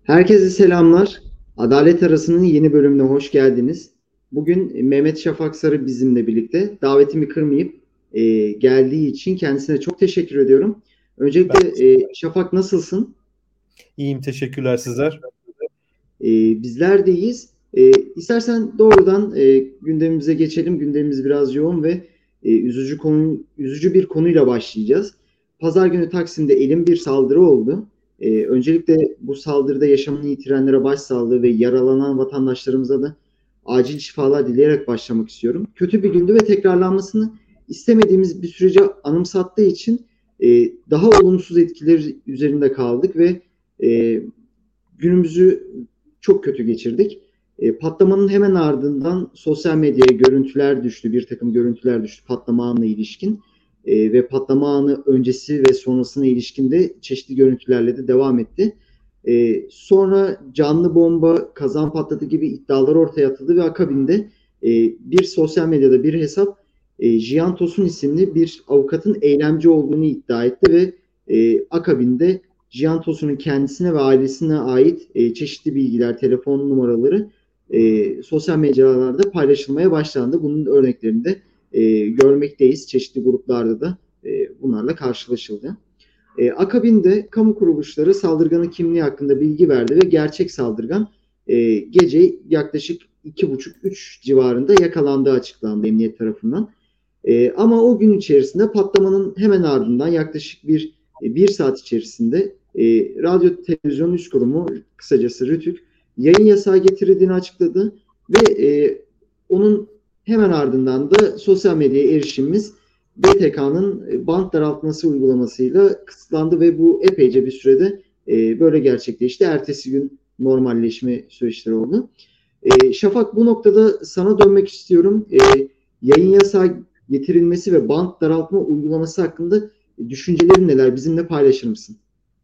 Herkese selamlar. Adalet Arası'nın yeni bölümüne hoş geldiniz. Bugün Mehmet Şafak Sarı bizimle birlikte. Davetimi kırmayıp geldiği için kendisine çok teşekkür ediyorum. Ben Öncelikle Şafak nasılsın? iyiyim, teşekkürler sizler. Bizler de iyiyiz. İstersen doğrudan gündemimize geçelim. Gündemimiz biraz yoğun ve üzücü bir konuyla başlayacağız. Pazar günü Taksim'de elin bir saldırı oldu. Öncelikle bu saldırıda yaşamını yitirenlere başsağlığı ve yaralanan vatandaşlarımıza da acil şifalar dileyerek başlamak istiyorum. Kötü bir gündü ve tekrarlanmasını istemediğimiz bir süreci anımsattığı için daha olumsuz etkileri üzerinde kaldık ve e, günümüzü çok kötü geçirdik. Patlamanın hemen ardından sosyal medyaya görüntüler düştü, bir takım görüntüler düştü patlama anına ilişkin. Ve patlama anı öncesi ve sonrasına ilişkin de çeşitli görüntülerle de devam etti. Sonra canlı bomba, kazan patladı gibi iddialar ortaya atıldı ve akabinde bir sosyal medyada bir hesap Jihan Tosun isimli bir avukatın eylemci olduğunu iddia etti ve akabinde Cihan Tosun'un kendisine ve ailesine ait çeşitli bilgiler, telefon numaraları sosyal mecralarda paylaşılmaya başlandı. Bunun örneklerini de görmekteyiz. Çeşitli gruplarda da bunlarla karşılaşıldı. Akabinde kamu kuruluşları saldırganın kimliği hakkında bilgi verdi ve gerçek saldırgan gece yaklaşık 2,5-3 civarında yakalandığı açıklandı emniyet tarafından. Ama o gün içerisinde patlamanın hemen ardından yaklaşık bir saat içerisinde Radyo Televizyon Üst Kurumu, kısacası RTÜK, yayın yasağı getirildiğini açıkladı ve onun hemen ardından da sosyal medyaya erişimimiz BTK'nın bant daraltması uygulamasıyla kısıtlandı ve bu epeyce bir sürede böyle gerçekleşti. Ertesi gün normalleşme süreçleri oldu. Şafak, bu noktada sana dönmek istiyorum. Yayın yasağı getirilmesi ve bant daraltma uygulaması hakkında düşüncelerin neler? Bizimle paylaşır mısın?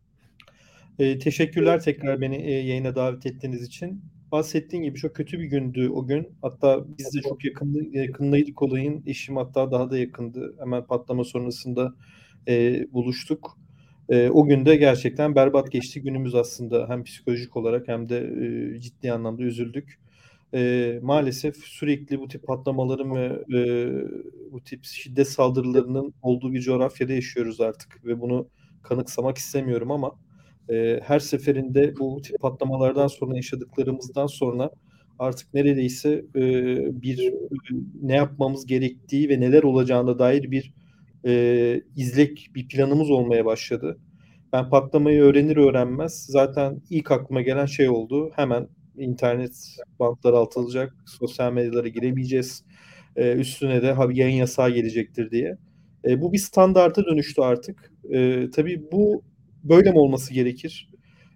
Teşekkürler tekrar beni yayına davet ettiğiniz için. Bahsettiğin gibi çok kötü bir gündü o gün. Hatta biz de çok yakındaydık olayın. Eşim hatta daha da yakındı. Hemen patlama sonrasında buluştuk. O gün de gerçekten berbat geçti günümüz aslında. Hem psikolojik olarak hem de ciddi anlamda üzüldük. Maalesef sürekli bu tip patlamaların ve bu tip şiddet saldırılarının olduğu bir coğrafyada yaşıyoruz artık ve bunu kanıksamak istemiyorum ama her seferinde bu tip patlamalardan sonra yaşadıklarımızdan sonra artık neredeyse ne yapmamız gerektiği ve neler olacağına dair bir planımız olmaya başladı. Ben patlamayı öğrenir öğrenmez zaten ilk aklıma gelen şey oldu. Hemen internet bantları atılacak, sosyal medyalara giremeyeceğiz. Üstüne de yayın yasağı gelecektir diye. Bu bir standarta dönüştü artık. Tabii bu böyle mi olması gerekir?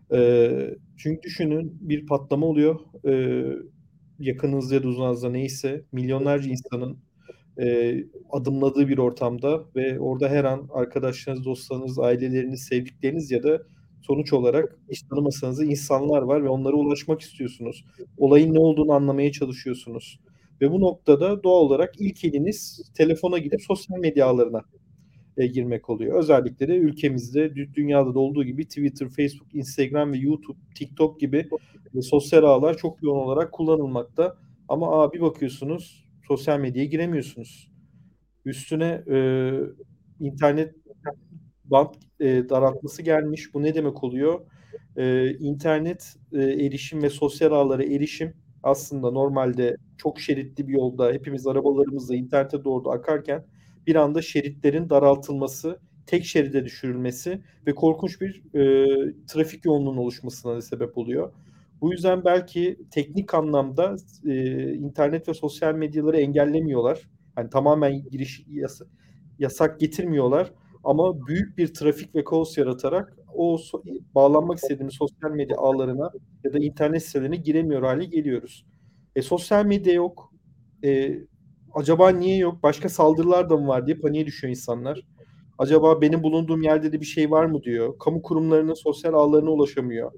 Çünkü düşünün bir patlama oluyor. Yakınınızda ya da uzağınızda neyse milyonlarca insanın adımladığı bir ortamda ve orada her an arkadaşlarınız, dostlarınız, aileleriniz, sevdikleriniz ya da sonuç olarak hiç tanımasanız da insanlar var ve onlara ulaşmak istiyorsunuz. Olayın ne olduğunu anlamaya çalışıyorsunuz. Ve bu noktada doğal olarak ilk eliniz telefona gidip sosyal medya ağlarına girmek oluyor. Özellikle de ülkemizde, dünyada da olduğu gibi Twitter, Facebook, Instagram ve YouTube, TikTok gibi sosyal ağlar çok yoğun olarak kullanılmakta. Ama bir bakıyorsunuz sosyal medyaya giremiyorsunuz. Üstüne internet bant daraltması gelmiş. Bu ne demek oluyor? İnternet erişim ve sosyal ağlara erişim aslında normalde çok şeritli bir yolda hepimiz arabalarımızla internete doğru akarken bir anda şeritlerin daraltılması, tek şeride düşürülmesi ve korkunç bir trafik yoğunluğunun oluşmasına sebep oluyor. Bu yüzden belki teknik anlamda internet ve sosyal medyaları engellemiyorlar. Yani tamamen yasak getirmiyorlar ama büyük bir trafik ve kaos yaratarak bağlanmak istediğimiz sosyal medya ağlarına ya da internet sitelerine giremiyor hale geliyoruz. Sosyal medya yok. E, Acaba niye yok? Başka saldırılar da mı var diye paniğe düşüyor insanlar. Acaba benim bulunduğum yerde de bir şey var mı diyor. Kamu kurumlarının sosyal ağlarına ulaşamıyor.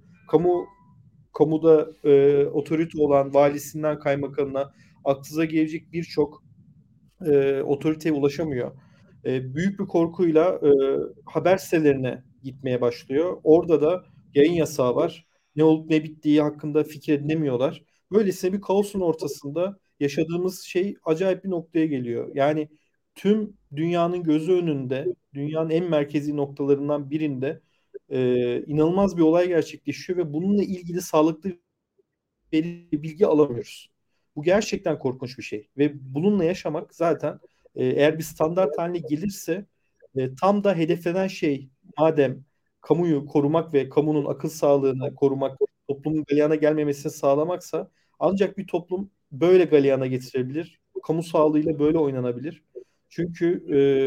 Kamuda otorite olan valisinden kaymakamına aklınıza gelecek birçok otoriteye ulaşamıyor. Büyük bir korkuyla haber sitelerine gitmeye başlıyor. Orada da yayın yasağı var. ne olup ne bittiği hakkında fikir edinemiyorlar. Böylesine bir kaosun ortasında yaşadığımız şey acayip bir noktaya geliyor. Yani tüm dünyanın gözü önünde, dünyanın en merkezi noktalarından birinde inanılmaz bir olay gerçekleşiyor ve bununla ilgili sağlıklı bilgi alamıyoruz. Bu gerçekten korkunç bir şey ve bununla yaşamak zaten eğer bir standart haline gelirse tam da hedeflenen şey, madem kamuyu korumak ve kamunun akıl sağlığını korumak, toplumun galeyana gelmemesini sağlamaksa, ancak bir toplum böyle galeyana getirebilir. Kamu sağlığıyla böyle oynanabilir. Çünkü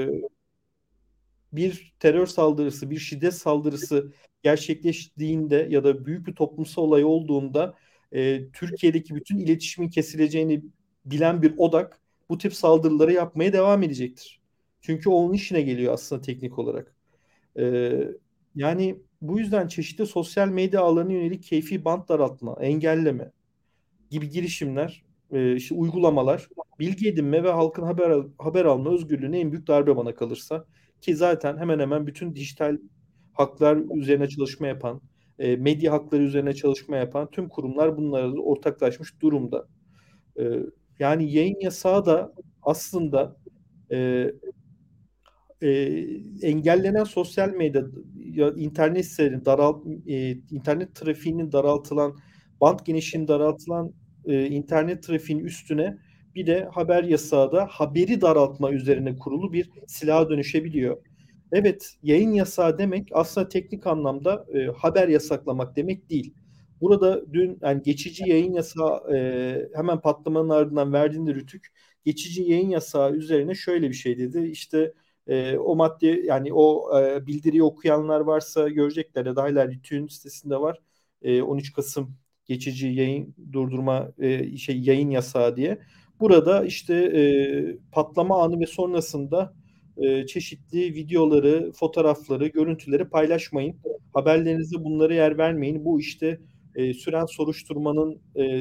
bir terör saldırısı, bir şiddet saldırısı gerçekleştiğinde ya da büyük bir toplumsal olay olduğunda Türkiye'deki bütün iletişimin kesileceğini bilen bir odak bu tip saldırıları yapmaya devam edecektir. Çünkü o onun işine geliyor aslında teknik olarak. E, Yani bu yüzden çeşitli sosyal medya ağlarına yönelik keyfi bant daraltma, engelleme gibi girişimler, işte uygulamalar, bilgi edinme ve halkın haber alma özgürlüğüne en büyük darbe bana kalırsa. Ki zaten hemen hemen bütün dijital haklar üzerine çalışma yapan, medya hakları üzerine çalışma yapan tüm kurumlar bunlara da ortaklaşmış durumda. E, Yani yayın yasağı da aslında e, e, engellenen sosyal medya, ya internet sitelerinin internet trafiğinin daraltılan, bant genişliğinin daraltılan internet trafiğinin üstüne bir de haber yasağı da haberi daraltma üzerine kurulu bir silaha dönüşebiliyor. Evet, yayın yasağı demek aslında teknik anlamda haber yasaklamak demek değil. Burada dün yani geçici yayın yasağı hemen patlamanın ardından verdiğinde Rütük geçici yayın yasağı üzerine şöyle bir şey dedi. İşte o madde, yani o bildiriyi okuyanlar varsa görecekler ya da hala Rütük'ün sitesinde var. 13 Kasım geçici yayın durdurma yayın yasağı diye. Burada işte patlama anı ve sonrasında çeşitli videoları, fotoğrafları, görüntüleri paylaşmayın. Haberlerinizde bunlara yer vermeyin. Bu işte süren soruşturmanın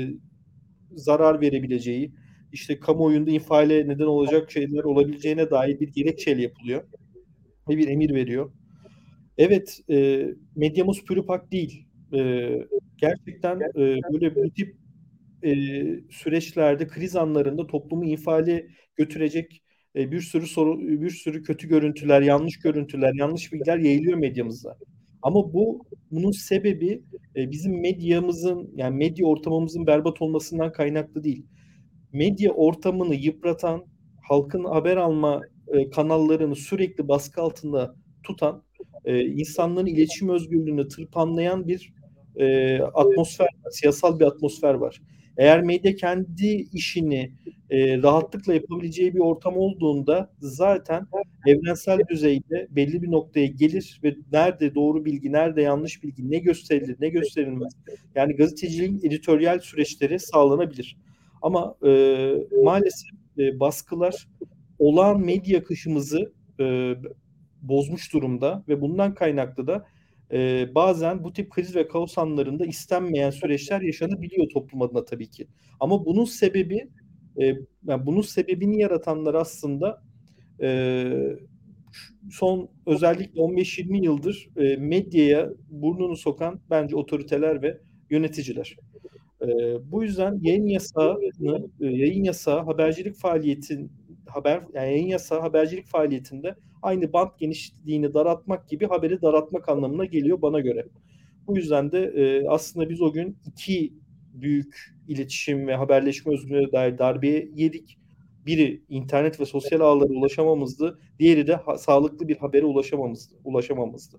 zarar verebileceği, işte kamuoyunda infiale neden olacak şeyler olabileceğine dair bir gerekçeyle yapılıyor ve bir emir veriyor. Evet, medyamız pürüpak değil. Gerçekten böyle bu tip süreçlerde, kriz anlarında toplumu infiale götürecek bir sürü kötü görüntüler, yanlış görüntüler, yanlış bilgiler yayılıyor medyamızda. Ama bunun sebebi bizim medyamızın, yani medya ortamımızın berbat olmasından kaynaklı değil. Medya ortamını yıpratan, halkın haber alma kanallarını sürekli baskı altında tutan, insanların iletişim özgürlüğünü tırpanlayan bir atmosfer var, siyasal bir atmosfer var. Eğer medya kendi işini rahatlıkla yapabileceği bir ortam olduğunda zaten evrensel düzeyde belli bir noktaya gelir ve nerede doğru bilgi, nerede yanlış bilgi, ne gösterilir, ne gösterilmez. Yani gazeteciliğin editoryal süreçleri sağlanabilir. Ama maalesef baskılar olağan medya akışımızı bozmuş durumda ve bundan kaynaklı da bazen bu tip kriz ve kaos anlarında istenmeyen süreçler yaşanabiliyor toplum adına tabii ki. Ama bunun sebebi e, yani bunun sebebini yaratanlar aslında e, son özellikle 15-20 yıldır medyaya burnunu sokan bence otoriteler ve yöneticiler. Bu yüzden yayın yasağı habercilik yani yayın yasağı habercilik faaliyetinde aynı bant genişliğini daraltmak gibi haberi daraltmak anlamına geliyor bana göre. Bu yüzden de aslında biz o gün iki büyük iletişim ve haberleşme özgürlüğüne dair darbeye yedik. Biri internet ve sosyal ağlara ulaşamamızdı. Diğeri de sağlıklı bir habere ulaşamamızdı.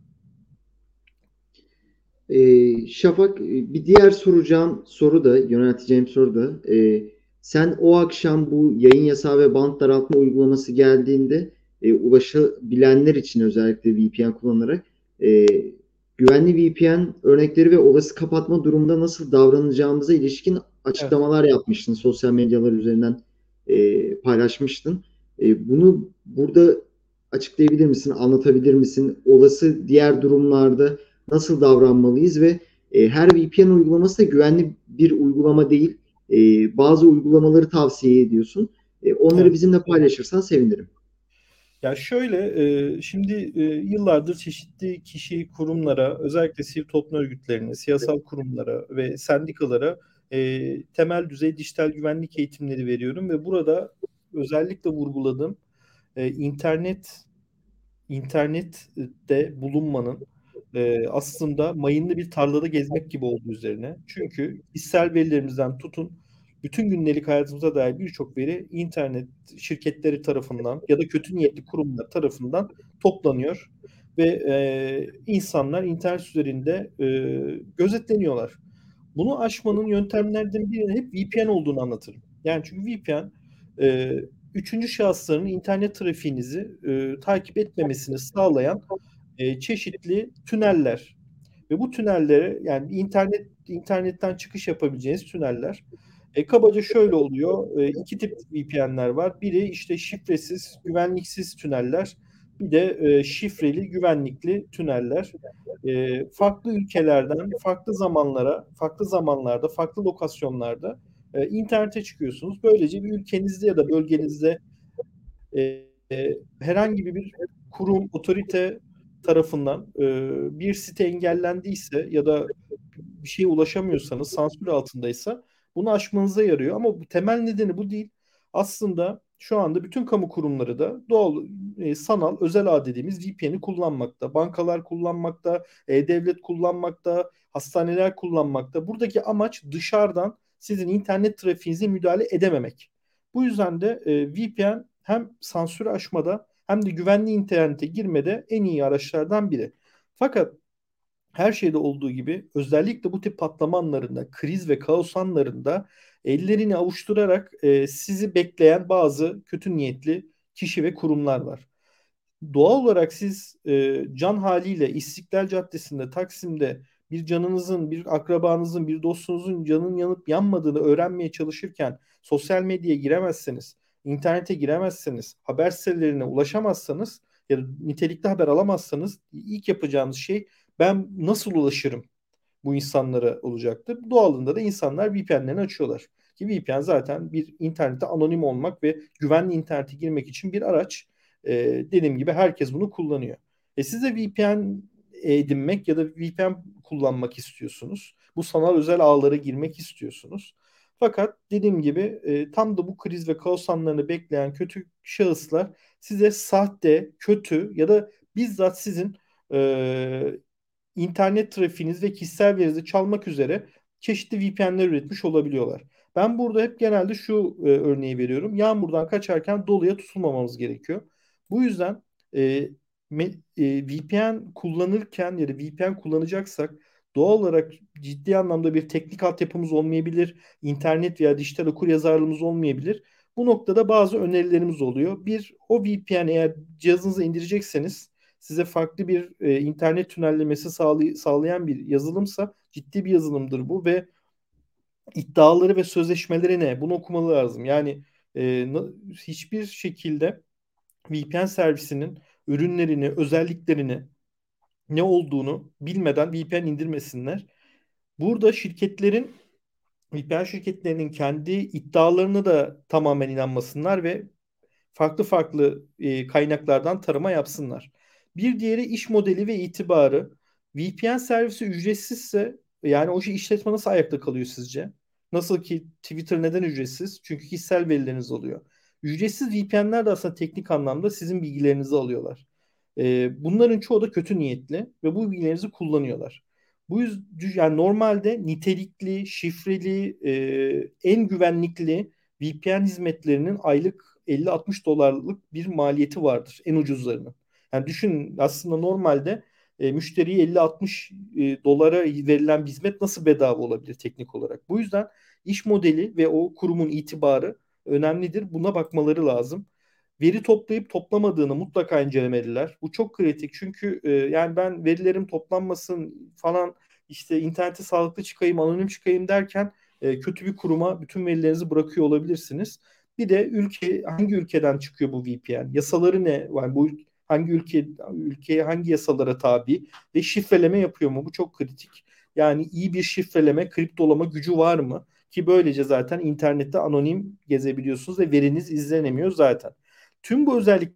Şafak, bir diğer soracağım soru da, yönelteceğim soru da, sen o akşam bu yayın yasağı ve bant daraltma uygulaması geldiğinde ulaşabilenler için özellikle VPN kullanarak e, güvenli VPN örnekleri ve olası kapatma durumunda nasıl davranacağımıza ilişkin Evet. açıklamalar yapmıştın. Sosyal medyalar üzerinden paylaşmıştın. Bunu burada açıklayabilir misin, anlatabilir misin? Olası diğer durumlarda nasıl davranmalıyız ve her VPN uygulaması da güvenli bir uygulama değil. Bazı uygulamaları tavsiye ediyorsun. Onları Evet. bizimle paylaşırsan sevinirim. Ya şöyle, şimdi yıllardır çeşitli kişi, kurumlara, özellikle sivil toplum örgütlerine, siyasal kurumlara ve sendikalara temel düzey dijital güvenlik eğitimleri veriyorum ve burada özellikle vurguladığım internet internette bulunmanın aslında mayınlı bir tarlada gezmek gibi olduğu üzerine. Çünkü kişisel verilerimizden tutun bütün gündelik hayatımıza dair birçok veri internet şirketleri tarafından ya da kötü niyetli kurumlar tarafından toplanıyor ve insanlar internet üzerinde gözetleniyorlar. Bunu aşmanın yöntemlerden birinin hep VPN olduğunu anlatırım. Yani çünkü VPN e, üçüncü şahısların internet trafiğinizi takip etmemesini sağlayan çeşitli tüneller ve bu tünellere yani internetten çıkış yapabileceğiniz tüneller. Kabaca şöyle oluyor. İki tip VPN'ler var. Biri işte şifresiz, güvenliksiz tüneller. Bir de şifreli, güvenlikli tüneller. Farklı ülkelerden, farklı zamanlarda, farklı lokasyonlarda internete çıkıyorsunuz. Böylece bir ülkenizde ya da bölgenizde herhangi bir kurum, otorite tarafından bir site engellendiyse ya da bir şeye ulaşamıyorsanız, sansür altındaysa bunu aşmanıza yarıyor. Ama bu temel nedeni bu değil. Aslında şu anda bütün kamu kurumları da doğal, sanal, özel ağ dediğimiz VPN'i kullanmakta. Bankalar kullanmakta, devlet kullanmakta, hastaneler kullanmakta. Buradaki amaç dışarıdan sizin internet trafiğinize müdahale edememek. Bu yüzden de VPN hem sansürü aşmada hem de güvenli internete girmede en iyi araçlardan biri. Fakat her şeyde olduğu gibi özellikle bu tip patlama anlarında, kriz ve kaos anlarında ellerini avuşturarak sizi bekleyen bazı kötü niyetli kişi ve kurumlar var. Doğal olarak siz can haliyle İstiklal Caddesi'nde, Taksim'de bir canınızın, bir akrabanızın, bir dostunuzun canının yanıp yanmadığını öğrenmeye çalışırken sosyal medyaya giremezseniz, internete giremezseniz, haber sitelerine ulaşamazsanız ya da nitelikli haber alamazsanız ilk yapacağınız şey ben nasıl ulaşırım bu insanlara olacaktır. Doğalında da insanlar VPN'lerini açıyorlar. Ki VPN zaten bir internette anonim olmak ve güvenli internete girmek için bir araç. Dediğim gibi herkes bunu kullanıyor. Siz de VPN edinmek ya da VPN kullanmak istiyorsunuz. Bu sanal özel ağlara girmek istiyorsunuz. Fakat dediğim gibi tam da bu kriz ve kaos anlarını bekleyen kötü şahıslar size sahte, kötü ya da bizzat sizin e, internet trafiğiniz ve kişisel verinizi çalmak üzere çeşitli VPN'ler üretmiş olabiliyorlar. Ben burada hep genelde şu örneği veriyorum. Yağmurdan kaçarken doluya tutulmamamız gerekiyor. Bu yüzden e, VPN kullanırken ya da VPN kullanacaksak doğal olarak ciddi anlamda bir teknik altyapımız olmayabilir. İnternet veya dijital okuryazarlığımız olmayabilir. Bu noktada bazı önerilerimiz oluyor. Bir, o VPN eğer cihazınıza indirecekseniz size farklı bir internet tünellemesi sağlayan bir yazılımsa ciddi bir yazılımdır bu ve iddiaları ve sözleşmeleri ne? Bunu okumalı lazım. Yani hiçbir şekilde VPN servisinin ürünlerini, özelliklerini ne olduğunu bilmeden VPN indirmesinler. Burada VPN şirketlerinin kendi iddialarına da tamamen inanmasınlar ve farklı farklı kaynaklardan tarama yapsınlar. Bir diğeri iş modeli ve itibarı. VPN servisi ücretsizse yani o işletme nasıl ayakta kalıyor sizce? Nasıl ki Twitter neden ücretsiz? Çünkü kişisel verileriniz oluyor. Ücretsiz VPN'ler de aslında teknik anlamda sizin bilgilerinizi alıyorlar. Bunların çoğu da kötü niyetli ve bu bilgilerinizi kullanıyorlar. Bu yüzden yani normalde nitelikli, şifreli, en güvenlikli VPN hizmetlerinin aylık 50-60 dolarlık bir maliyeti vardır en ucuzlarının. Yani düşün aslında normalde müşteriye 50-60 dolara verilen bir hizmet nasıl bedava olabilir teknik olarak? Bu yüzden iş modeli ve o kurumun itibarı önemlidir. Buna bakmaları lazım. Veri toplayıp toplamadığını mutlaka incelemeliler. Bu çok kritik çünkü yani ben verilerim toplanmasın falan işte internete sağlıklı çıkayım, anonim çıkayım derken kötü bir kuruma bütün verilerinizi bırakıyor olabilirsiniz. Bir de hangi ülkeden çıkıyor bu VPN? Yasaları ne? Yani bu hangi ülkeye hangi yasalara tabi ve şifreleme yapıyor mu? Bu çok kritik. Yani iyi bir şifreleme, kriptolama gücü var mı? Ki böylece zaten internette anonim gezebiliyorsunuz ve veriniz izlenemiyor zaten. Tüm bu özellikleri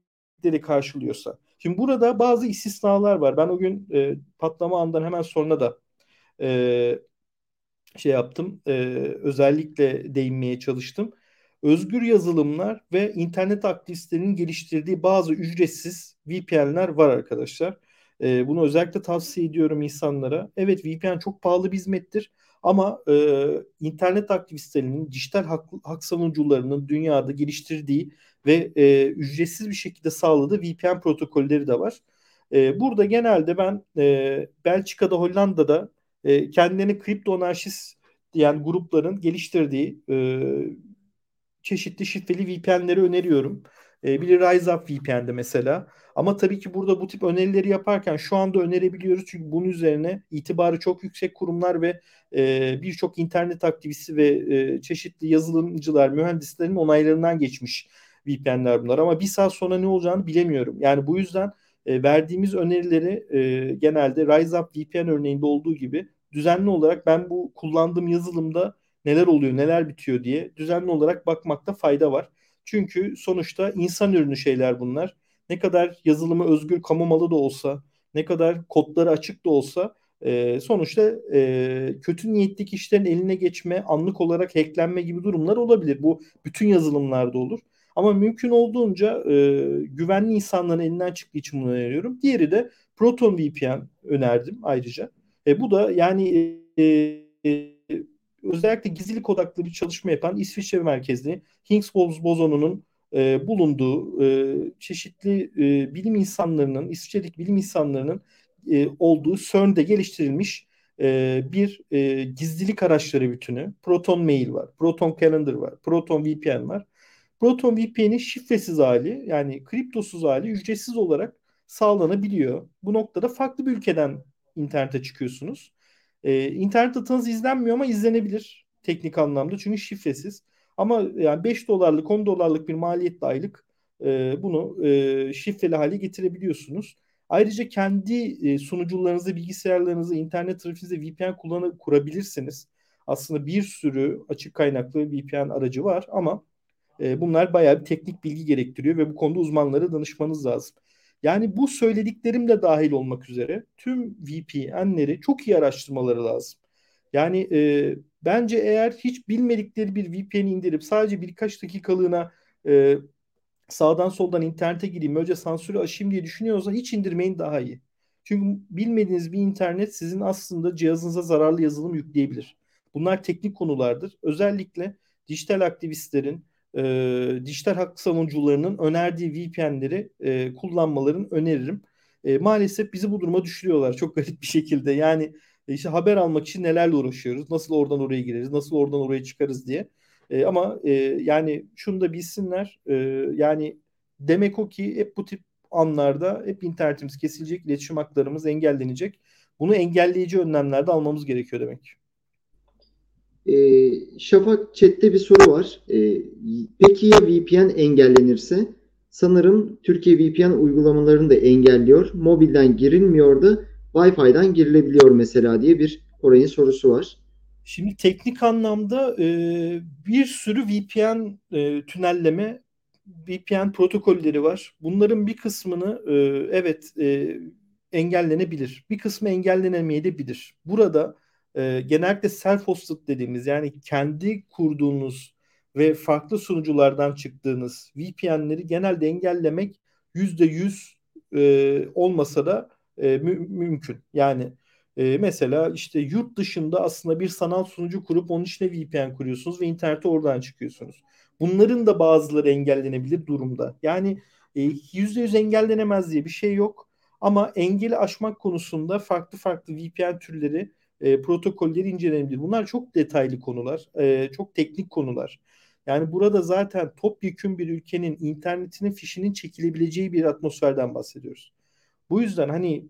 gereklilikleri karşılıyorsa. Şimdi burada bazı istisnalar var. Ben o gün patlama andan hemen sonra da e, şey yaptım. Özellikle değinmeye çalıştım. Özgür yazılımlar ve internet aktivistlerinin geliştirdiği bazı ücretsiz VPN'ler var arkadaşlar. Bunu özellikle tavsiye ediyorum insanlara. Evet, VPN çok pahalı bir hizmettir. Ama internet aktivistlerinin, dijital hak savunucularının dünyada geliştirdiği ve ücretsiz bir şekilde sağladığı VPN protokolleri de var. Burada genelde ben Belçika'da, Hollanda'da kendilerini kripto anarşist diyen grupların geliştirdiği çeşitli şifreli VPN'leri öneriyorum. Biri RiseUp VPN'de mesela. Ama tabii ki burada bu tip önerileri yaparken şu anda önerebiliyoruz. Çünkü bunun üzerine itibarı çok yüksek kurumlar ve birçok internet aktivisti ve çeşitli yazılımcılar, mühendislerin onaylarından geçmiş VPN'ler bunlar. Ama bir saat sonra ne olacağını bilemiyorum. Yani bu yüzden verdiğimiz önerileri genelde RiseUp VPN örneğinde olduğu gibi düzenli olarak ben bu kullandığım yazılımda neler oluyor, neler bitiyor diye düzenli olarak bakmakta fayda var. Çünkü sonuçta insan ürünü şeyler bunlar. Ne kadar yazılımı özgür kamu malı da olsa, ne kadar kodları açık da olsa sonuçta kötü niyetli kişilerin eline geçme, anlık olarak hacklenme gibi durumlar olabilir. Bu bütün yazılımlarda olur. Ama mümkün olduğunca güvenli insanların elinden çıktığı için bunu öneriyorum. Diğeri de Proton VPN önerdim ayrıca. Bu da yani özellikle gizlilik odaklı bir çalışma yapan İsviçre merkezli Higgs bozonunun bulunduğu çeşitli bilim insanlarının, İsviçre'deki bilim insanlarının olduğu CERN'de geliştirilmiş bir gizlilik araçları bütünü. Proton Mail var, Proton Calendar var, Proton VPN var. Proton VPN'in şifresiz hali, yani kriptosuz hali ücretsiz olarak sağlanabiliyor. Bu noktada farklı bir ülkeden internete çıkıyorsunuz. İnternet datanız izlenmiyor ama izlenebilir teknik anlamda çünkü şifresiz. Ama yani 5 dolarlık 10 dolarlık bir maliyetle aylık bunu şifreli hale getirebiliyorsunuz. Ayrıca kendi sunucularınızı, bilgisayarlarınızı, internet trafiğinizde VPN kurabilirsiniz. Aslında bir sürü açık kaynaklı VPN aracı var ama bunlar bayağı bir teknik bilgi gerektiriyor ve bu konuda uzmanlara danışmanız lazım. Yani bu söylediklerim de dahil olmak üzere tüm VPN'leri çok iyi araştırmaları lazım. Yani bence eğer hiç bilmedikleri bir VPN'i indirip sadece birkaç dakikalığına e, sağdan soldan internete gireyim, önce sansürü aşayım diye düşünüyorsa hiç indirmeyin, daha iyi. Çünkü bilmediğiniz bir internet sizin aslında cihazınıza zararlı yazılım yükleyebilir. Bunlar teknik konulardır. Özellikle dijital aktivistlerin, dijital hak savunucularının önerdiği VPN'leri kullanmalarını öneririm. Maalesef bizi bu duruma düşürüyorlar çok garip bir şekilde. Yani işte haber almak için nelerle uğraşıyoruz, nasıl oradan oraya gireriz, nasıl oradan oraya çıkarız diye. Ama yani şunu da bilsinler, yani demek o ki hep bu tip anlarda hep internetimiz kesilecek, iletişim haklarımız engellenecek. Bunu engelleyici önlemler de almamız gerekiyor demek. Şafak chatte bir soru var. Peki ya VPN engellenirse? Sanırım Türkiye VPN uygulamalarını da engelliyor. Mobilden girilmiyor da Wi-Fi'den girilebiliyor mesela diye bir Koray'ın sorusu var. Şimdi teknik anlamda bir sürü VPN tünelleme, VPN protokolleri var. Bunların bir kısmını evet engellenebilir. Bir kısmı engellenemeyebilir. Burada genellikle self-hosted dediğimiz, yani kendi kurduğunuz ve farklı sunuculardan çıktığınız VPN'leri genelde engellemek %100 olmasa da mümkün. Yani mesela işte yurt dışında aslında bir sanal sunucu kurup onun içine VPN kuruyorsunuz ve internete oradan çıkıyorsunuz. Bunların da bazıları engellenebilir durumda. Yani %100 engellenemez diye bir şey yok. Ama engeli aşmak konusunda farklı farklı VPN türleri, protokolleri incelenebilir. Bunlar çok detaylı konular, çok teknik konular. Yani burada zaten topyekün bir ülkenin internetinin fişinin çekilebileceği bir atmosferden bahsediyoruz. Bu yüzden hani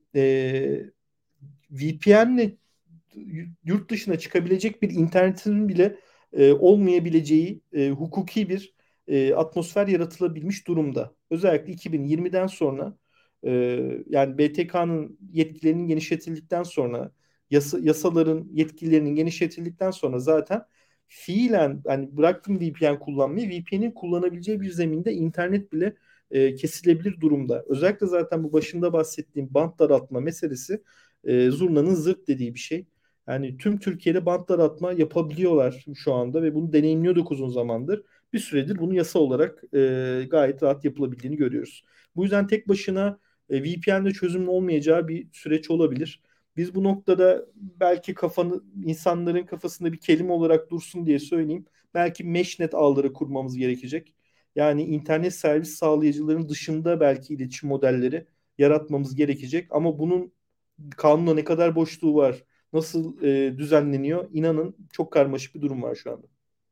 VPN'le yurt dışına çıkabilecek bir internetin bile olmayabileceği hukuki bir atmosfer yaratılabilmiş durumda. Özellikle 2020'den sonra yani BTK'nın yetkilerinin genişletildikten sonra, yasaların yetkilerinin genişletildikten sonra zaten fiilen, yani bıraktım VPN kullanmayı, VPN'in kullanabileceği bir zeminde internet bile kesilebilir durumda. Özellikle zaten bu başında bahsettiğim bant daraltma meselesi zurnanın zırt dediği bir şey. Yani tüm Türkiye'de bant daraltma yapabiliyorlar şu anda ve bunu deneyimliyorduk uzun zamandır. Bir süredir bunu yasa olarak gayet rahat yapılabildiğini görüyoruz. Bu yüzden tek başına VPN'de çözümün olmayacağı bir süreç olabilir. Biz bu noktada belki insanların kafasında bir kelime olarak dursun diye söyleyeyim. Belki meshnet ağları kurmamız gerekecek. Yani internet servis sağlayıcıların dışında belki iletişim modelleri yaratmamız gerekecek. Ama bunun kanunda ne kadar boşluğu var, nasıl düzenleniyor? İnanın çok karmaşık bir durum var şu anda.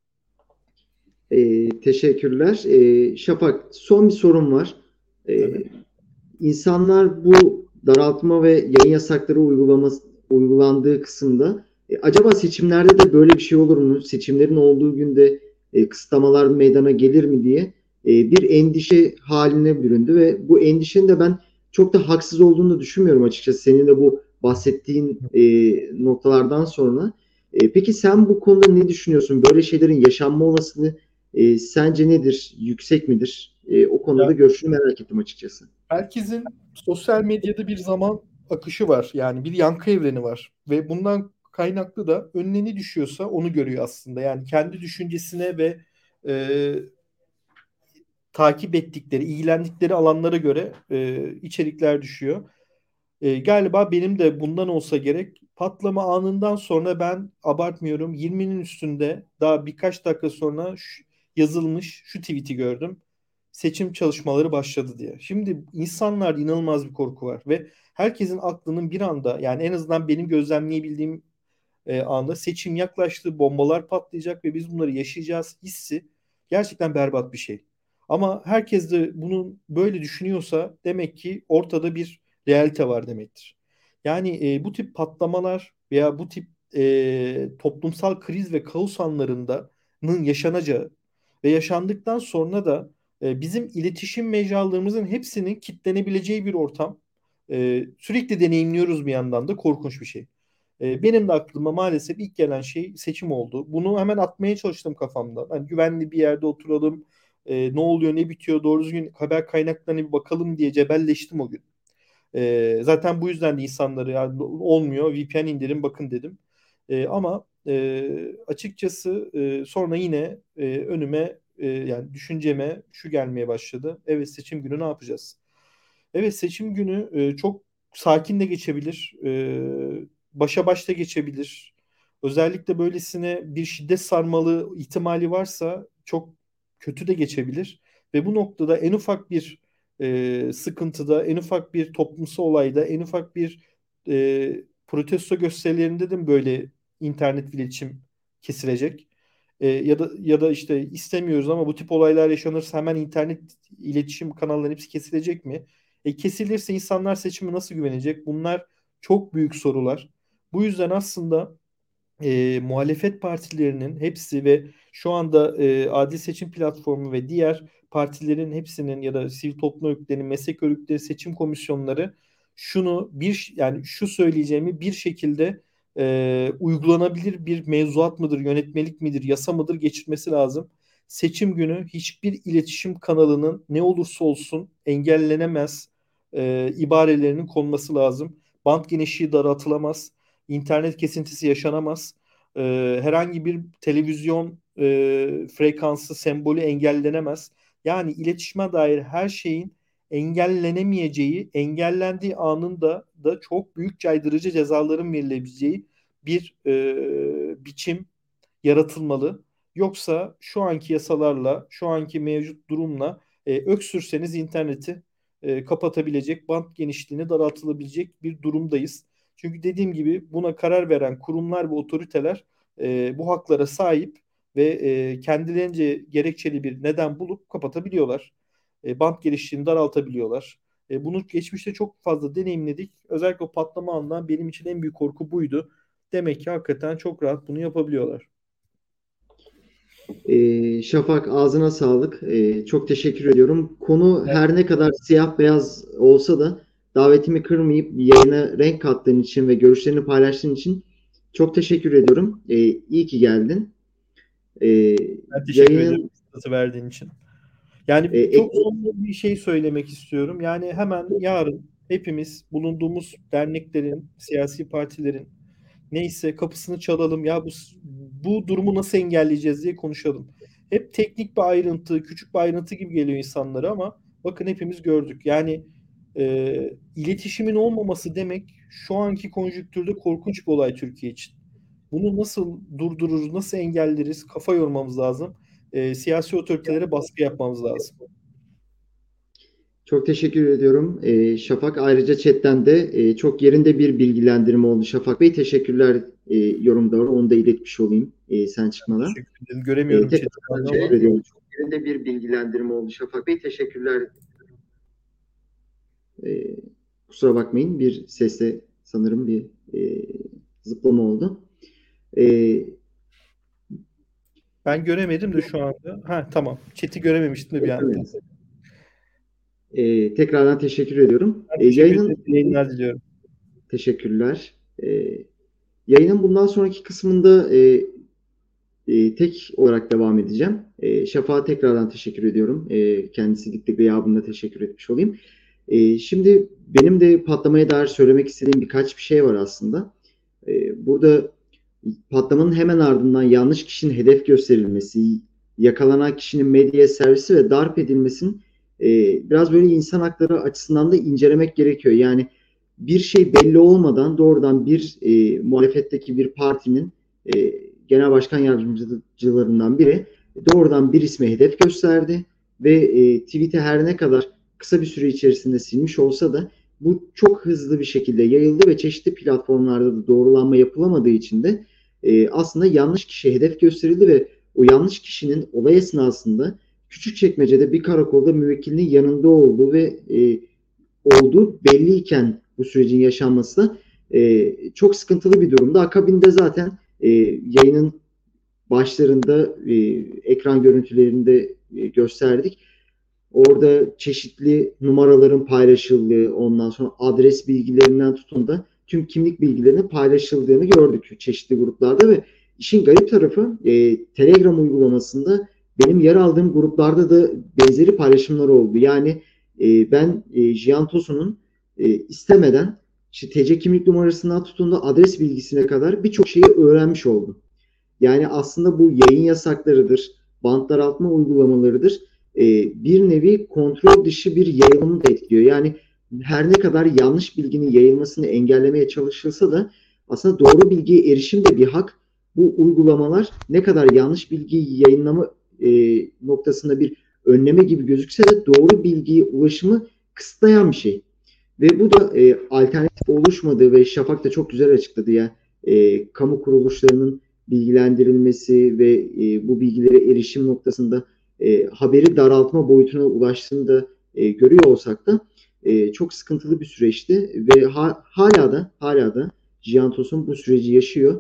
Teşekkürler. Şafak, son bir sorum var. E, Tabii. insanlar bu daraltma ve yayın yasakları uygulandığı kısımda acaba seçimlerde de böyle bir şey olur mu? Seçimlerin olduğu günde kısıtlamalar meydana gelir mi diye bir endişe haline büründü ve bu endişenin de ben çok da haksız olduğunu düşünmüyorum açıkçası. Senin de bu bahsettiğin noktalardan sonra. Peki sen bu konuda ne düşünüyorsun? Böyle şeylerin yaşanma olasılığı sence nedir? Yüksek midir? O konuda da Ya görüşünü merak ettim açıkçası. herkesin sosyal medyada bir zaman akışı var. Yani bir yankı evreni var. Ve bundan kaynaklı da önüne ne düşüyorsa onu görüyor aslında. Yani kendi düşüncesine ve e, takip ettikleri, ilgilendikleri alanlara göre içerikler düşüyor. Galiba benim de bundan olsa gerek. Patlama anından sonra ben abartmıyorum 20'nin üstünde daha birkaç dakika sonra yazılmış şu tweet'i gördüm. Seçim çalışmaları başladı diye. Şimdi insanlarda inanılmaz bir korku var ve herkesin aklının bir anda yani en azından benim gözlemleyebildiğim anda seçim yaklaştı, bombalar patlayacak ve biz bunları yaşayacağız hissi gerçekten berbat bir şey. Ama herkes de bunun böyle düşünüyorsa demek ki ortada bir realite var demektir. Yani bu tip patlamalar veya bu tip toplumsal kriz ve kaos anlarının yaşanacağı ve yaşandıktan sonra da bizim iletişim mecralarımızın hepsinin kilitlenebileceği bir ortam sürekli deneyimliyoruz bir yandan da korkunç bir şey. Benim de aklıma maalesef ilk gelen şey seçim oldu. Bunu hemen atmaya çalıştım kafamdan. Hani güvenli bir yerde oturalım, ne oluyor, ne bitiyor, doğru düzgün haber kaynaklarına bir bakalım diye cebelleştim o gün. Zaten bu yüzden de insanları yani olmuyor, VPN indirin bakın dedim. Ama açıkçası sonra yine önüme yani düşünceme şu gelmeye başladı. Evet seçim günü ne yapacağız? Evet seçim günü çok sakin de geçebilir. Başa baş da geçebilir. Özellikle böylesine bir şiddet sarmalı ihtimali varsa çok kötü de geçebilir. Ve bu noktada en ufak bir sıkıntıda, en ufak bir toplumsal olayda, en ufak bir protesto gösterilerinde de mi böyle internet iletişim kesilecek? Ya da işte istemiyoruz ama bu tip olaylar yaşanırsa hemen internet iletişim kanallarının hepsi kesilecek mi? Kesilirse insanlar seçime nasıl güvenecek? Bunlar çok büyük sorular. Bu yüzden aslında muhalefet partilerinin hepsi ve şu anda Adil Seçim Platformu ve diğer partilerin hepsinin ya da sivil toplum örgütlerinin, meslek örgütleri, seçim komisyonları yani şu söyleyeceğimi bir şekilde uygulanabilir bir mevzuat mıdır, yönetmelik midir, yasa mıdır geçirmesi lazım. Seçim günü hiçbir iletişim kanalının ne olursa olsun engellenemez ibarelerinin konması lazım. Bant genişliği daraltılamaz. İnternet kesintisi yaşanamaz. Herhangi bir televizyon frekansı sembolü engellenemez. Yani iletişime dair her şeyin engellenemeyeceği, engellendiği anında da çok büyük caydırıcı cezaların verilebileceği bir biçim yaratılmalı. Yoksa şu anki yasalarla, şu anki mevcut durumla öksürseniz interneti kapatabilecek, bant genişliğini daraltılabilecek bir durumdayız. Çünkü dediğim gibi buna karar veren kurumlar ve otoriteler bu haklara sahip ve kendilerince gerekçeli bir neden bulup kapatabiliyorlar. Bant genişliğini daraltabiliyorlar. Bunu geçmişte çok fazla deneyimledik. Özellikle o patlama anından benim için en büyük korku buydu. Demek ki hakikaten çok rahat bunu yapabiliyorlar. Şafak ağzına sağlık. Çok teşekkür ediyorum. Konu Evet. her ne kadar siyah beyaz olsa da davetimi kırmayıp yayına renk kattığın için ve görüşlerini paylaştığın için çok teşekkür ediyorum. İyi ki geldin. Ee, Ben teşekkür ederim yayının fırsatı verdiğin için. Yani Ek, çok son bir şey söylemek istiyorum. Yani hemen yarın hepimiz bulunduğumuz derneklerin, siyasi partilerin neyse kapısını çalalım. Ya bu durumu nasıl engelleyeceğiz diye konuşalım. Hep teknik bir ayrıntı, küçük bir ayrıntı gibi geliyor insanlara ama bakın hepimiz gördük. Yani iletişimin olmaması demek şu anki konjonktürde korkunç bir olay Türkiye için. Bunu nasıl durdururuz, nasıl engelleriz? Kafa yormamız lazım. Siyasi otoritelere baskı yapmamız lazım. Çok teşekkür ediyorum Şafak. Ayrıca chatten de çok yerinde bir bilgilendirme oldu. Şafak Bey teşekkürler yorumda var. Onu da iletmiş olayım sen çıkmadan. Teşekkür ederim. Göremiyorum chat'i şu Tekrar anda teşekkür ama. ediyorum. Çok yerinde bir bilgilendirme oldu. Şafak Bey teşekkürler. E, Kusura bakmayın, bir sesle sanırım bir zıplama oldu. E, Ben göremedim de şu anda. Ha tamam. Chat'i görememiştim de bir anda. Tekrardan teşekkür ediyorum. Ben teşekkür ederim. Yayının Yayınlar diliyorum. teşekkürler. Yayının bundan sonraki kısmında tek olarak devam edeceğim. Şafak'a tekrardan teşekkür ediyorum. Kendisi gitti gıyabında teşekkür etmiş olayım. Şimdi benim de patlamaya dair söylemek istediğim birkaç bir şey var aslında. Burada patlamanın hemen ardından yanlış kişinin hedef gösterilmesi, yakalanan kişinin medyaya servisi ve darp edilmesinin biraz böyle insan hakları açısından da incelemek gerekiyor. Yani bir şey belli olmadan doğrudan bir muhalefetteki bir partinin genel başkan yardımcılarından biri doğrudan bir isme hedef gösterdi ve tweet'i her ne kadar kısa bir süre içerisinde silmiş olsa da bu çok hızlı bir şekilde yayıldı ve çeşitli platformlarda da doğrulanma yapılamadığı için de aslında yanlış kişiye hedef gösterildi ve o yanlış kişinin olay esnasında Küçükçekmece'de bir karakolda müvekkilinin yanında olduğu ve olduğu belliyken bu sürecin yaşanması da çok sıkıntılı bir durumda. Akabinde zaten yayının başlarında ekran görüntülerinde gösterdik. Orada çeşitli numaraların paylaşıldığı, ondan sonra adres bilgilerinden tutun da tüm kimlik bilgilerinin paylaşıldığını gördük çeşitli gruplarda ve işin garip tarafı Telegram uygulamasında benim yer aldığım gruplarda da benzeri paylaşımlar oldu. Yani ben Jian Tosun'un istemeden işte TC kimlik numarasından tutun da adres bilgisine kadar birçok şeyi öğrenmiş oldum. Yani aslında bu yayın yasaklarıdır, bant daraltma uygulamalarıdır. Bir nevi kontrol dışı bir yayılımı da etkiliyor. Yani her ne kadar yanlış bilginin yayılmasını engellemeye çalışılsa da aslında doğru bilgiye erişim de bir hak. Bu uygulamalar ne kadar yanlış bilgiyi yayınlama noktasında bir önleme gibi gözükse de doğru bilgiye ulaşımı kısıtlayan bir şey. Ve bu da alternatif oluşmadığı ve Şafak da çok güzel açıkladı ya. Kamu kuruluşlarının bilgilendirilmesi ve bu bilgilere erişim noktasında haberi daraltma boyutuna ulaştığını da görüyor olsak da çok sıkıntılı bir süreçti ve hala da Cihan Tosun bu süreci yaşıyor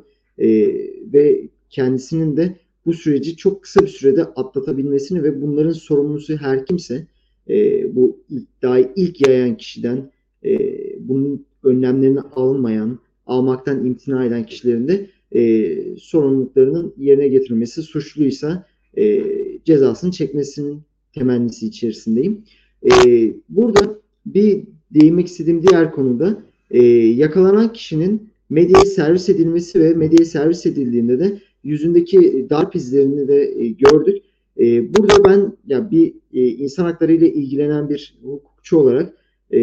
ve kendisinin de bu süreci çok kısa bir sürede atlatabilmesini ve bunların sorumlusu her kimse bu iddiayı ilk yayan kişiden bunun önlemlerini almaktan imtina eden kişilerin de sorumluluklarının yerine getirilmesi, suçluysa cezasını çekmesinin temennisi içerisindeyim. Burada bir değinmek istediğim diğer konuda yakalanan kişinin medyaya servis edilmesi ve medyaya servis edildiğinde de yüzündeki darp izlerini de gördük. Burada ben ya bir insan hakları ile ilgilenen bir hukukçu olarak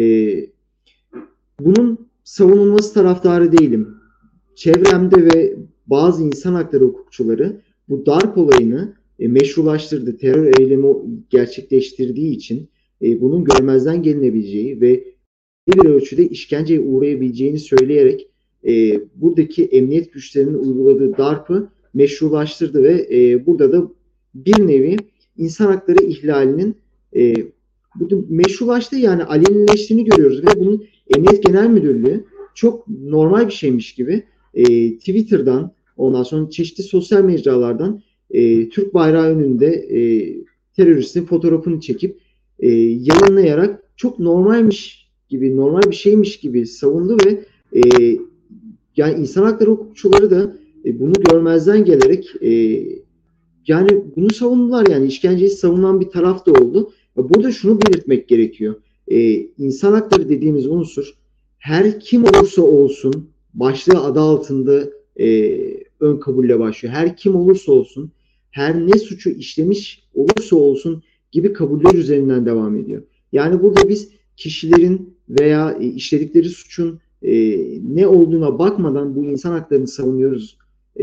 bunun savunulması taraftarı değilim. Çevremde ve bazı insan hakları hukukçuları bu darp olayını meşrulaştırdı. Terör eylemi gerçekleştirdiği için bunun görmezden gelinebileceği ve bir ölçüde işkenceye uğrayabileceğini söyleyerek buradaki emniyet güçlerinin uyguladığı darpı meşrulaştırdı ve burada da bir nevi insan hakları ihlalinin burada meşrulaştığı, yani alenileştiğini görüyoruz ve bunun Emniyet Genel Müdürlüğü çok normal bir şeymiş gibi Twitter'dan, ondan sonra çeşitli sosyal mecralardan Türk bayrağı önünde teröristin fotoğrafını çekip yayınlayarak çok normalmiş gibi, normal bir şeymiş gibi savundu ve yani insan hakları hukukçuları da bunu görmezden gelerek yani bunu savundular, yani işkenceyi savunan bir taraf da oldu. Burada şunu belirtmek gerekiyor. İnsan hakları dediğimiz unsur her kim olursa olsun başlığı adı altında ön kabulle başlıyor. Her kim olursa olsun, her ne suçu işlemiş olursa olsun gibi kabuller üzerinden devam ediyor. Yani burada biz kişilerin veya işledikleri suçun ne olduğuna bakmadan bu insan haklarını savunuyoruz.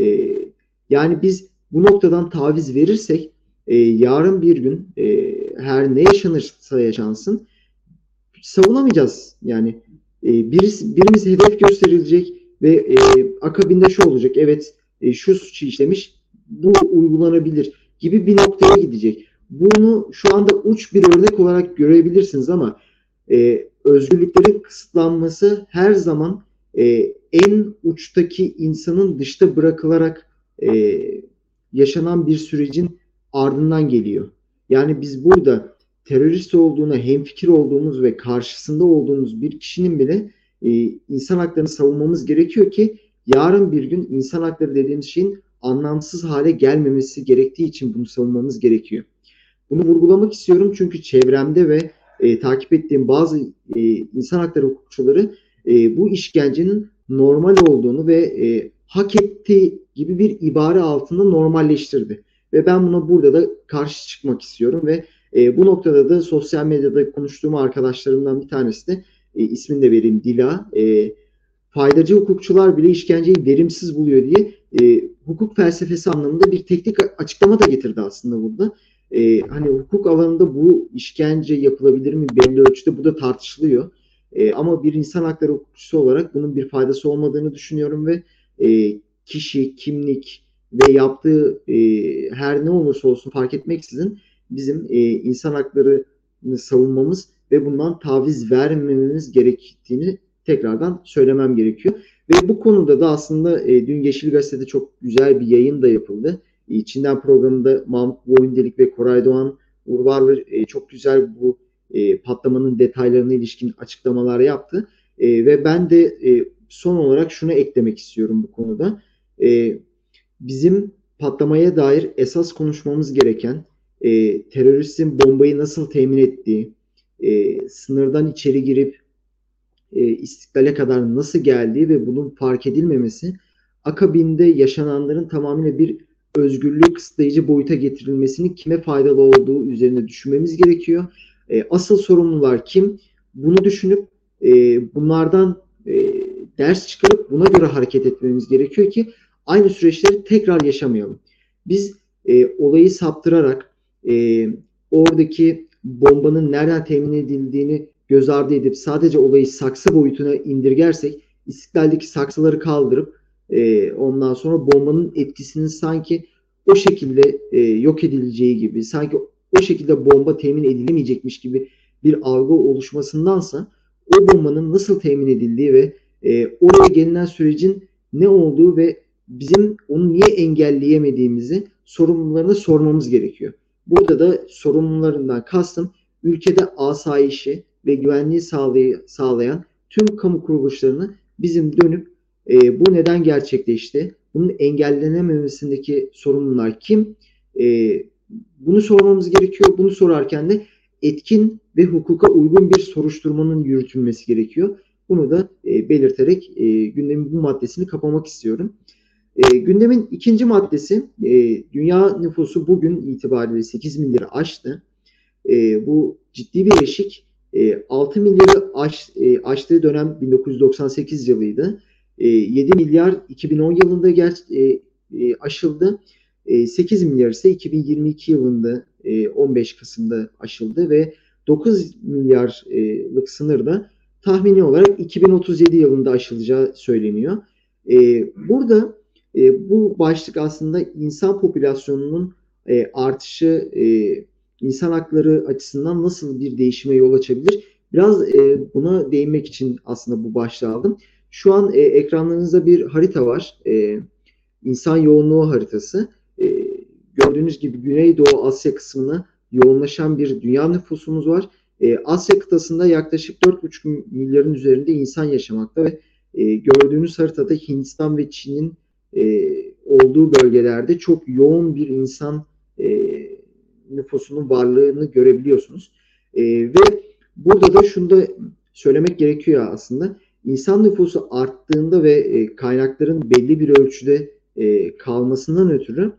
Yani biz bu noktadan taviz verirsek yarın bir gün her ne yaşanırsa yaşansın savunamayacağız. Yani birimiz hedef gösterilecek ve akabinde şu olacak. Evet, şu suçu işlemiş, bu uygulanabilir gibi bir noktaya gidecek. Bunu şu anda uç bir örnek olarak görebilirsiniz ama özgürlüklerin kısıtlanması her zaman en uçtaki insanın dışta bırakılarak yaşanan bir sürecin ardından geliyor. Yani biz burada terörist olduğuna hemfikir olduğumuz ve karşısında olduğumuz bir kişinin bile insan haklarını savunmamız gerekiyor ki yarın bir gün insan hakları dediğimiz şeyin anlamsız hale gelmemesi gerektiği için bunu savunmamız gerekiyor. Bunu vurgulamak istiyorum çünkü çevremde ve takip ettiğim bazı insan hakları hukukçuları bu işkencenin normal olduğunu ve hak ettiği gibi bir ibare altında normalleştirdi. Ve ben buna burada da karşı çıkmak istiyorum ve bu noktada da sosyal medyada konuştuğum arkadaşlarımdan bir tanesi de ismini de vereyim, Dila. Faydacı hukukçular bile işkenceyi verimsiz buluyor diye hukuk felsefesi anlamında bir teknik açıklama da getirdi aslında burada. Hani hukuk alanında bu işkence yapılabilir mi belli ölçüde, bu da tartışılıyor. Ama bir insan hakları hukukçusu olarak bunun bir faydası olmadığını düşünüyorum ve kişi, kimlik ve yaptığı her ne olursa olsun fark etmeksizin bizim insan haklarını savunmamız ve bundan taviz vermememiz gerektiğini tekrardan söylemem gerekiyor. Ve bu konuda da aslında dün Yeşil Gazete'de çok güzel bir yayın da yapıldı. Çin'den programında Mahmut Boyundelik ve Koray Doğan Urvarlı çok güzel bu patlamanın detaylarına ilişkin açıklamalar yaptı. Ve ben de son olarak şunu eklemek istiyorum bu konuda. Bizim patlamaya dair esas konuşmamız gereken teröristin bombayı nasıl temin ettiği, sınırdan içeri girip İstiklal'e kadar nasıl geldiği ve bunun fark edilmemesi, akabinde yaşananların tamamıyla bir özgürlüğü kısıtlayıcı boyuta getirilmesinin kime faydalı olduğu üzerine düşünmemiz gerekiyor. Asıl sorumlular kim? Bunu düşünüp bunlardan ders çıkarıp buna göre hareket etmemiz gerekiyor ki aynı süreçleri tekrar yaşamayalım. Biz olayı saptırarak oradaki bombanın nereden temin edildiğini göz ardı edip sadece olayı saksı boyutuna indirgersek, İstiklal'deki saksıları kaldırıp ondan sonra bombanın etkisinin sanki o şekilde yok edileceği gibi, sanki o şekilde bomba temin edilemeyecekmiş gibi bir algı oluşmasındansa o bombanın nasıl temin edildiği ve oraya gelinen sürecin ne olduğu ve bizim onu niye engelleyemediğimizi sorumlularına sormamız gerekiyor. Burada da sorumlularından kastım ülkede asayişi ve güvenliği sağlayan tüm kamu kuruluşlarını bizim dönüp bu neden gerçekleşti? Bunun engellenememesindeki sorumlular kim? Bunu sormamız gerekiyor. Bunu sorarken de etkin ve hukuka uygun bir soruşturmanın yürütülmesi gerekiyor. Bunu da belirterek gündemin bu maddesini kapamak istiyorum. Gündemin ikinci maddesi, dünya nüfusu bugün itibariyle 8 milyarı aştı. Bu ciddi bir eşik. 6 milyarı aştığı dönem 1998 yılıydı. 7 milyar 2010 yılında aşıldı. 8 milyar ise 2022 yılında 15 Kasım'da aşıldı ve 9 milyarlık sınır da tahmini olarak 2037 yılında aşılacağı söyleniyor. Burada bu başlık aslında insan popülasyonunun artışı, insan hakları açısından nasıl bir değişime yol açabilir? Biraz buna değinmek için aslında bu başlığı aldım. Şu an ekranlarınızda bir harita var. İnsan yoğunluğu haritası. Gördüğünüz gibi Güneydoğu Asya kısmına yoğunlaşan bir dünya nüfusumuz var. Asya kıtasında yaklaşık 4,5 milyarın üzerinde insan yaşamakta ve gördüğünüz haritada Hindistan ve Çin'in olduğu bölgelerde çok yoğun bir insan nüfusunun varlığını görebiliyorsunuz. Ve burada da şunu da söylemek gerekiyor aslında. İnsan nüfusu arttığında ve kaynakların belli bir ölçüde kalmasından ötürü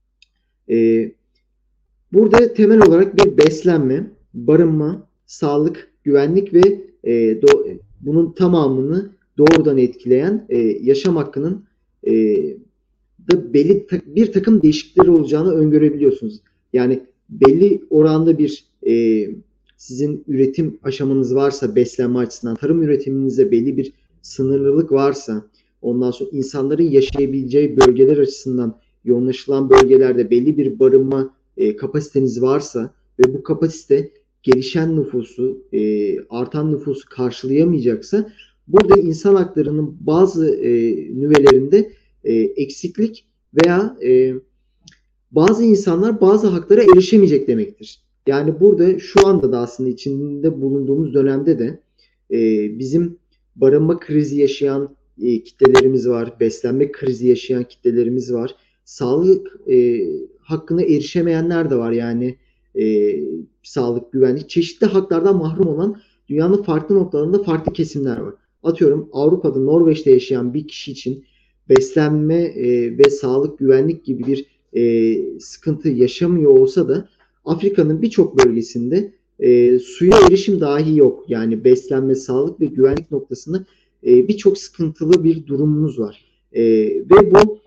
burada temel olarak bir beslenme, barınma, sağlık, güvenlik ve bunun tamamını doğrudan etkileyen yaşam hakkının da belli bir takım değişiklikleri olacağını öngörebiliyorsunuz. Yani belli oranda bir sizin üretim aşamanız varsa beslenme açısından, tarım üretiminizde belli bir sınırlılık varsa, ondan sonra insanların yaşayabileceği bölgeler açısından yoğunlaşılan bölgelerde belli bir barınma kapasiteniz varsa ve bu kapasite gelişen nüfusu, artan nüfusu karşılayamayacaksa burada insan haklarının bazı nüvelerinde eksiklik veya bazı insanlar bazı haklara erişemeyecek demektir. Yani burada şu anda da aslında içinde bulunduğumuz dönemde de bizim barınma krizi yaşayan kitlelerimiz var, beslenme krizi yaşayan kitlelerimiz var, sağlık hakkına erişemeyenler de var. Yani sağlık, güvenlik, çeşitli haklardan mahrum olan dünyanın farklı noktalarında farklı kesimler var. Atıyorum Avrupa'da, Norveç'te yaşayan bir kişi için beslenme ve sağlık, güvenlik gibi bir sıkıntı yaşamıyor olsa da Afrika'nın birçok bölgesinde suya erişim dahi yok. Yani beslenme, sağlık ve güvenlik noktasında birçok sıkıntılı bir durumumuz var. Ve bu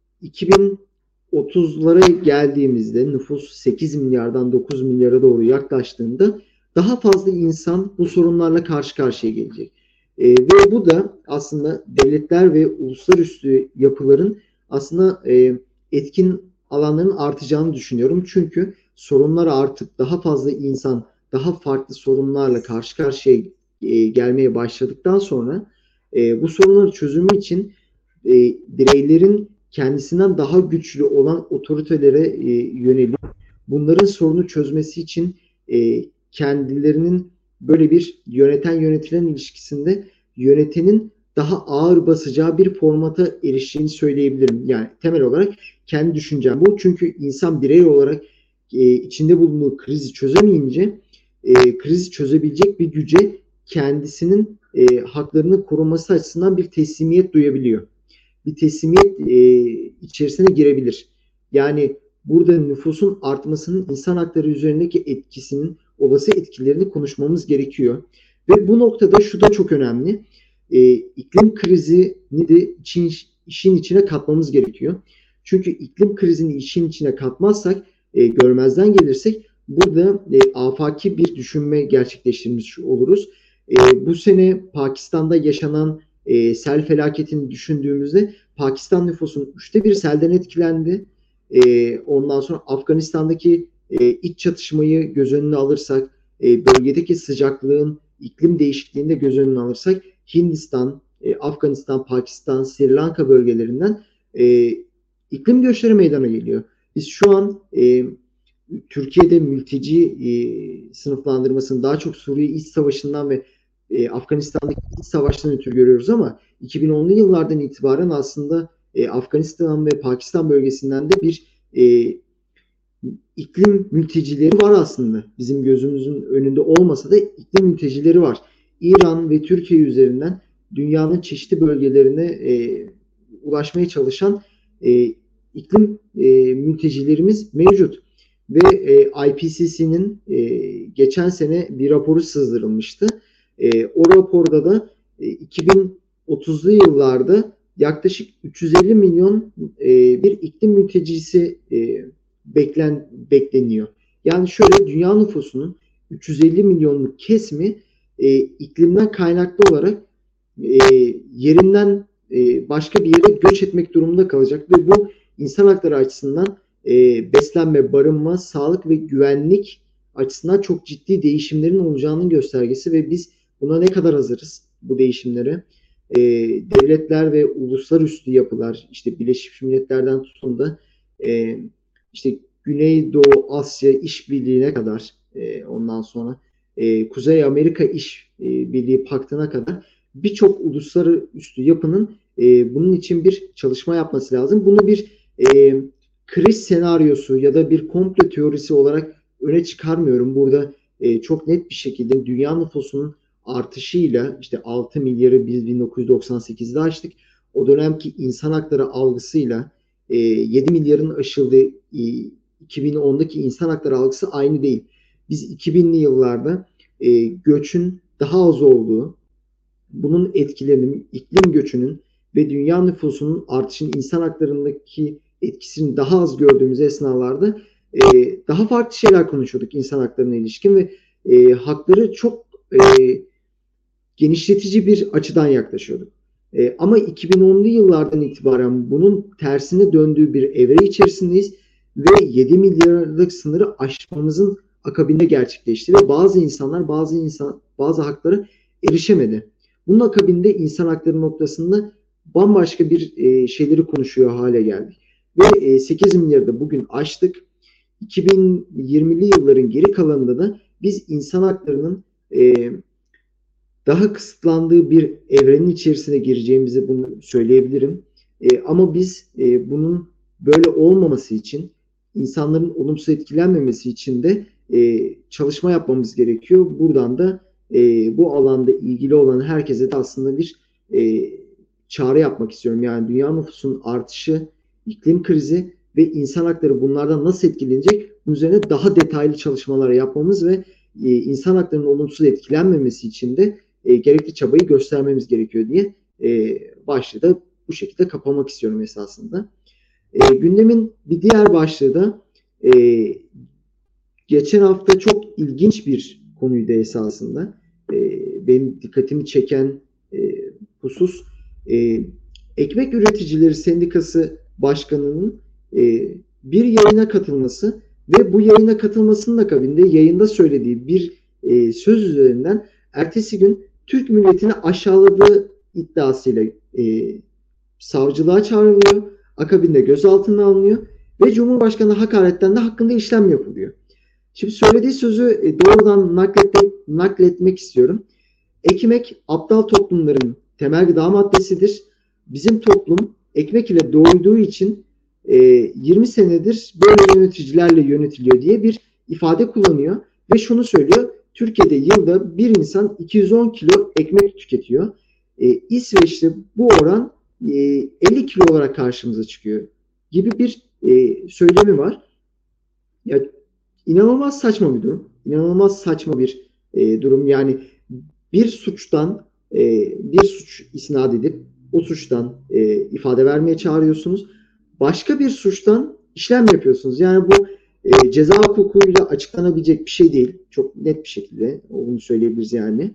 2030'lara geldiğimizde nüfus 8 milyardan 9 milyara doğru yaklaştığında daha fazla insan bu sorunlarla karşı karşıya gelecek. Ve bu da aslında devletler ve uluslararası yapıların aslında etkin alanların artacağını düşünüyorum. Çünkü sorunlar artık daha fazla insan daha farklı sorunlarla karşı karşıya gelmeye başladıktan sonra bu sorunların çözümü için bireylerin kendisinden daha güçlü olan otoritelere yönelik bunların sorunu çözmesi için kendilerinin böyle bir yöneten yönetilen ilişkisinde yönetenin daha ağır basacağı bir formata eriştiğini söyleyebilirim. Yani temel olarak kendi düşüncem bu. Çünkü insan birey olarak içinde bulunduğu krizi çözemeyince krizi çözebilecek bir güce kendisinin haklarını korunması açısından bir teslimiyet duyabiliyor. Bir teslimiyet içerisine girebilir. Yani burada nüfusun artmasının insan hakları üzerindeki etkisinin olası etkilerini konuşmamız gerekiyor. Ve bu noktada şu da çok önemli. İklim krizini de işin içine katmamız gerekiyor. Çünkü iklim krizini işin içine katmazsak, görmezden gelirsek burada afaki bir düşünme gerçekleştirmiş oluruz. Bu sene Pakistan'da yaşanan sel felaketini düşündüğümüzde Pakistan nüfusunun 1/3 selden etkilendi. Ondan sonra Afganistan'daki iç çatışmayı göz önüne alırsak, bölgedeki sıcaklığın, iklim değişikliğini de göz önüne alırsak Hindistan, Afganistan, Pakistan, Sri Lanka bölgelerinden iklim göçleri meydana geliyor. Biz şu an Türkiye'de mülteci sınıflandırmasını daha çok Suriye İç Savaşı'ndan ve Afganistan'daki iç savaştan ötürü görüyoruz ama 2010'lu yıllardan itibaren aslında Afganistan ve Pakistan bölgesinden de bir iklim mültecileri var aslında. Bizim gözümüzün önünde olmasa da iklim mültecileri var. İran ve Türkiye üzerinden dünyanın çeşitli bölgelerine ulaşmaya çalışan iklim mültecilerimiz mevcut. Ve IPCC'nin geçen sene bir raporu sızdırılmıştı. O raporda da 2030'lu yıllarda yaklaşık 350 milyon bir iklim mültecisi bekleniyor. Yani şöyle dünya nüfusunun 350 milyonluk kesimi iklimden kaynaklı olarak yerinden başka bir yere göç etmek durumunda kalacak ve bu insan hakları açısından beslenme, barınma, sağlık ve güvenlik açısından çok ciddi değişimlerin olacağının göstergesi ve biz buna ne kadar hazırız bu değişimlere? Devletler ve uluslararası yapılar, işte Birleşmiş Milletler'den tutun da işte Güneydoğu Asya İşbirliği'ne kadar ondan sonra Kuzey Amerika İşbirliği Paktı'na kadar birçok uluslararası yapının bunun için bir çalışma yapması lazım. Bunu bir kriz senaryosu ya da bir komplo teorisi olarak öne çıkarmıyorum. Burada çok net bir şekilde dünya nüfusunun artışıyla işte 6 milyarı biz 1998'de aştık. O dönemki insan hakları algısıyla 7 milyarın aşıldığı 2010'daki insan hakları algısı aynı değil. Biz 2000'li yıllarda göçün daha az olduğu, bunun etkilerinin, iklim göçünün ve dünya nüfusunun artışının insan haklarındaki etkisini daha az gördüğümüz esnalarda daha farklı şeyler konuşuyorduk insan haklarına ilişkin ve hakları çok genişletici bir açıdan yaklaşıyorduk. Ama 2010'lu yıllardan itibaren bunun tersine döndüğü bir evre içerisindeyiz ve 7 milyarlık sınırı aşmamızın akabinde gerçekleşti ve bazı haklara erişemedi. Bunun akabinde insan hakları noktasında bambaşka bir şeyleri konuşuyor hale geldik. Ve 8 milyarı da bugün aştık. 2020'li yılların geri kalanında da biz insan haklarının daha kısıtlandığı bir evrenin içerisine gireceğimizi bunu söyleyebilirim. Ama biz bunun böyle olmaması için, insanların olumsuz etkilenmemesi için de çalışma yapmamız gerekiyor. Buradan da bu alanda ilgili olan herkese de aslında bir çağrı yapmak istiyorum. Yani dünya nüfusunun artışı, iklim krizi ve insan hakları bunlardan nasıl etkilenecek? Bunun üzerine daha detaylı çalışmalar yapmamız ve insan haklarının olumsuz etkilenmemesi için de gerekli çabayı göstermemiz gerekiyor diye başlığı da bu şekilde kapamak istiyorum esasında. Gündemin bir diğer başlığı da geçen hafta çok ilginç bir konuydu esasında. Benim dikkatimi çeken husus Ekmek Üreticileri Sendikası Başkanı'nın bir yayına katılması ve bu yayına katılmasının akabinde yayında söylediği bir söz üzerinden ertesi gün Türk milletini aşağıladığı iddiasıyla savcılığa çağrılıyor. Akabinde gözaltına alınıyor ve Cumhurbaşkanı hakaretten de hakkında işlem yapılıyor. Şimdi söylediği sözü doğrudan nakletmek istiyorum. Ekmek aptal toplumların temel gıda maddesidir. Bizim toplum ekmek ile doyduğu için 20 senedir böyle yöneticilerle yönetiliyor diye bir ifade kullanıyor ve şunu söylüyor. Türkiye'de yılda bir insan 210 kilo ekmek tüketiyor. İsveç'te bu oran 50 kilo olarak karşımıza çıkıyor gibi bir söylemi var. Ya, inanılmaz saçma bir durum. İnanılmaz saçma bir durum. Yani bir suçtan bir suç isnat edip o suçtan ifade vermeye çağırıyorsunuz. Başka bir suçtan işlem yapıyorsunuz. Yani bu ceza hukukuyla açıklanabilecek bir şey değil. Çok net bir şekilde onu söyleyebiliriz yani.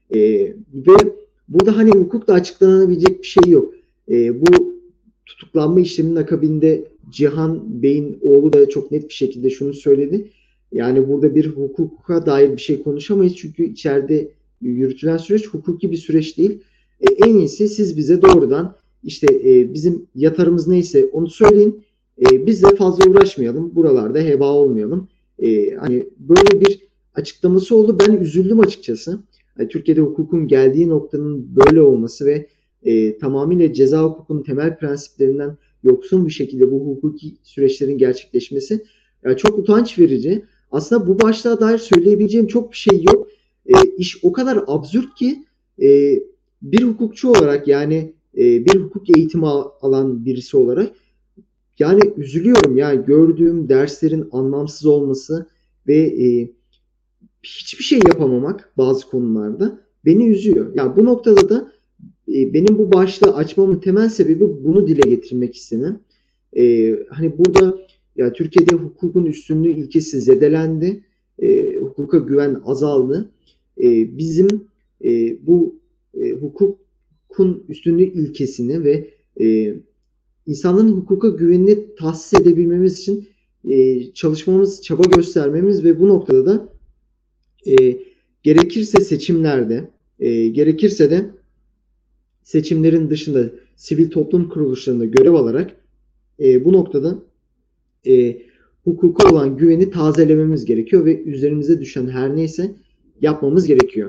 Ve burada hani hukukla açıklanabilecek bir şey yok. Bu tutuklanma işleminin akabinde Cihan Bey'in oğlu da çok net bir şekilde şunu söyledi. Yani burada bir hukuka dair bir şey konuşamayız. Çünkü içeride yürütülen süreç hukuki bir süreç değil. En iyisi siz bize doğrudan işte bizim yatarımız neyse onu söyleyin. Biz de fazla uğraşmayalım. Buralarda heba olmayalım. Hani böyle bir açıklaması oldu. Ben üzüldüm açıkçası. Yani Türkiye'de hukukun geldiği noktanın böyle olması ve tamamıyla ceza hukukunun temel prensiplerinden yoksun bir şekilde bu hukuki süreçlerin gerçekleşmesi yani çok utanç verici. Aslında bu başlığa dair söyleyebileceğim çok bir şey yok. İş o kadar absürt ki bir hukukçu olarak yani bir hukuk eğitimi alan birisi olarak yani üzülüyorum. Yani gördüğüm derslerin anlamsız olması ve hiçbir şey yapamamak bazı konularda beni üzüyor. Yani bu noktada da benim bu başlığı açmamın temel sebebi bunu dile getirmek istemem. Hani burada ya Türkiye'de hukukun üstünlüğü ilkesi zedelendi. Hukuka güven azaldı. Bizim bu hukukun üstünlüğü ilkesini ve insanların hukuka güvenini tahsis edebilmemiz için çalışmamız, çaba göstermemiz ve bu noktada da gerekirse seçimlerde, gerekirse de seçimlerin dışında sivil toplum kuruluşlarında görev alarak bu noktada hukuka olan güveni tazelememiz gerekiyor ve üzerimize düşen her neyse yapmamız gerekiyor.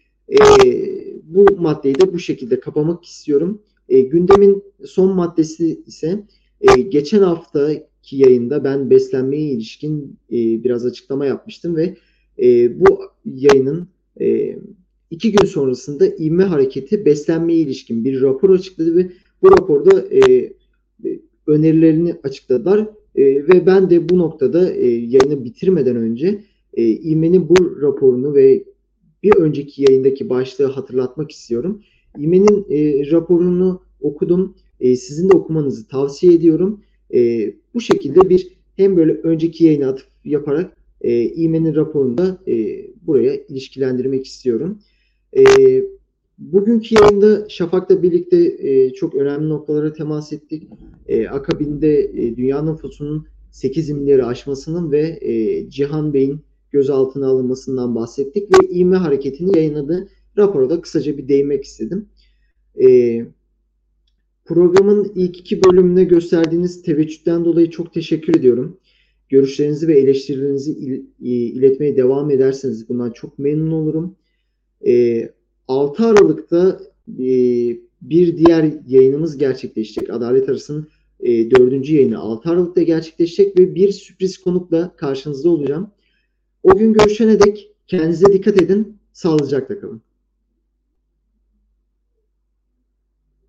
Bu maddeyi de bu şekilde kapamak istiyorum. Gündemin son maddesi ise geçen hafta yayında ben beslenmeye ilişkin biraz açıklama yapmıştım ve bu yayının 2 gün sonrasında İvme Hareketi beslenmeye ilişkin bir rapor açıkladı ve bu raporda önerilerini açıkladılar. Ve ben de bu noktada yayını bitirmeden önce İvme'nin bu raporunu ve bir önceki yayındaki başlığı hatırlatmak istiyorum. İvme'nin raporunu okudum. Sizin de okumanızı tavsiye ediyorum. Bu şekilde bir hem böyle önceki yayına atıf yaparak İvme'nin raporunu da buraya ilişkilendirmek istiyorum. E, Bugünkü yayında Şafak'la birlikte çok önemli noktalara temas ettik. Akabinde dünya nüfusunun 8 milyarı aşmasının ve Cihan Bey'in gözaltına alınmasından bahsettik ve İvme Hareketi'ni yayınladığı rapora da kısaca bir değinmek istedim. Programın ilk 2 bölümüne gösterdiğiniz teveccühten dolayı çok teşekkür ediyorum. Görüşlerinizi ve eleştirilerinizi iletmeye devam ederseniz bundan çok memnun olurum. 6 Aralık'ta bir diğer yayınımız gerçekleşecek. Adalet Arası'nın 4. yayını 6 Aralık'ta gerçekleşecek ve bir sürpriz konukla karşınızda olacağım. O gün görüşene dek kendinize dikkat edin. Sağlıcakla kalın.